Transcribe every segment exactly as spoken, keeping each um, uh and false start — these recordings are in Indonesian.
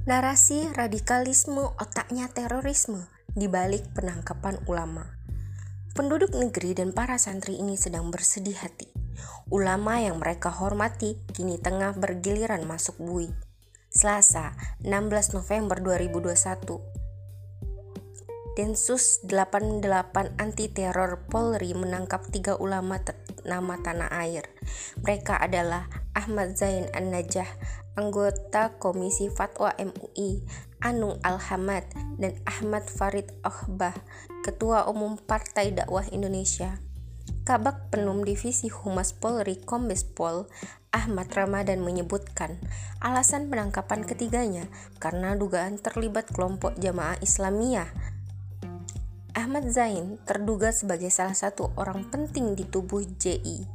Narasi radikalisme otaknya terorisme di balik penangkapan ulama. Penduduk negeri dan para santri ini sedang bersedih hati. Ulama yang mereka hormati kini tengah bergiliran masuk bui. Selasa, enam belas November dua ribu dua puluh satu. Densus delapan puluh delapan Anti Teror Polri menangkap tiga ulama ternama tanah air. Mereka adalah Ahmad Zain An-Najah, anggota Komisi Fatwa M U I, Anung Al-Hamad, dan Ahmad Farid Okhbah, Ketua Umum Partai Dakwah Indonesia. Kabag Penum Divisi Humas Polri Kombes Pol Ahmad Ramadan menyebutkan alasan penangkapan ketiganya karena dugaan terlibat kelompok Jamaah Islamiyah. Ahmad Zain terduga sebagai salah satu orang penting di tubuh J I,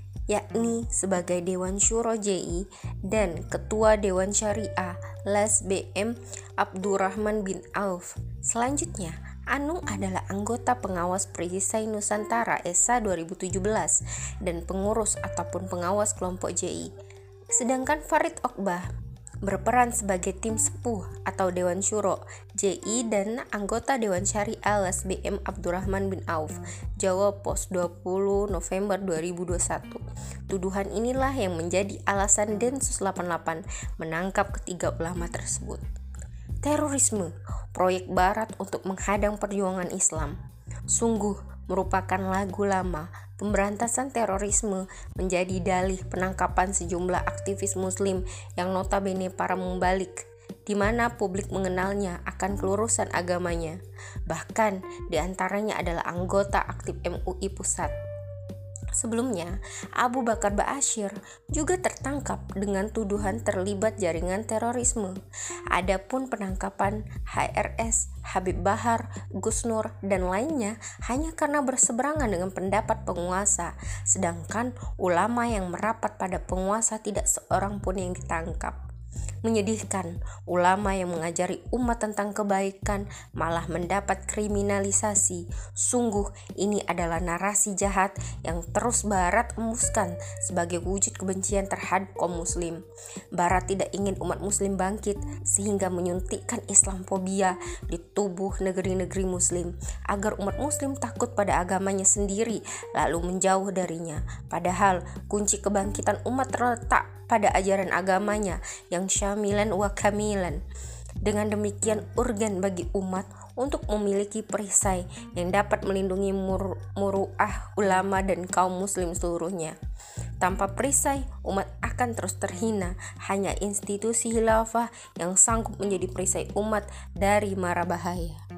yakni sebagai Dewan Syuro J I dan Ketua Dewan Syariah L A S B M Abdurrahman bin Auf. Selanjutnya, Anung adalah anggota pengawas Perisai Nusantara E S A dua ribu tujuh belas dan pengurus ataupun pengawas kelompok J I. Sedangkan Farid Okhbah berperan sebagai tim sepuh atau Dewan Syuro J I dan anggota Dewan Syariah L A S B M Abdurrahman bin Auf. Jawa Pos dua puluh November dua ribu dua puluh satu. Tuduhan inilah yang menjadi alasan Densus delapan puluh delapan menangkap ketiga ulama tersebut. Terorisme, proyek barat untuk menghadang perjuangan Islam. Sungguh merupakan lagu lama. Pemberantasan terorisme menjadi dalih penangkapan sejumlah aktivis muslim yang notabene para membalik, di mana publik mengenalnya akan kelurusan agamanya. Bahkan diantaranya adalah anggota aktif M U I Pusat. Sebelumnya, Abu Bakar Ba'asyir juga tertangkap dengan tuduhan terlibat jaringan terorisme. Adapun penangkapan H R S, Habib Bahar, Gus Nur, dan lainnya hanya karena berseberangan dengan pendapat penguasa, sedangkan ulama yang merapat pada penguasa tidak seorang pun yang ditangkap. Menyedihkan, ulama yang mengajari umat tentang kebaikan malah mendapat kriminalisasi. Sungguh ini adalah narasi jahat yang terus Barat embuskan sebagai wujud kebencian terhadap kaum muslim. Barat tidak ingin umat muslim bangkit sehingga menyuntikkan Islamfobia di tubuh negeri-negeri muslim agar umat muslim takut pada agamanya sendiri lalu menjauh darinya. Padahal kunci kebangkitan umat terletak pada ajaran agamanya yang syamilan wa kamilan. Dengan demikian urgen bagi umat untuk memiliki perisai yang dapat melindungi mur- muruah ulama dan kaum muslim seluruhnya. Tanpa perisai, umat akan terus terhina. Hanya institusi khilafah yang sanggup menjadi perisai umat dari mara bahaya.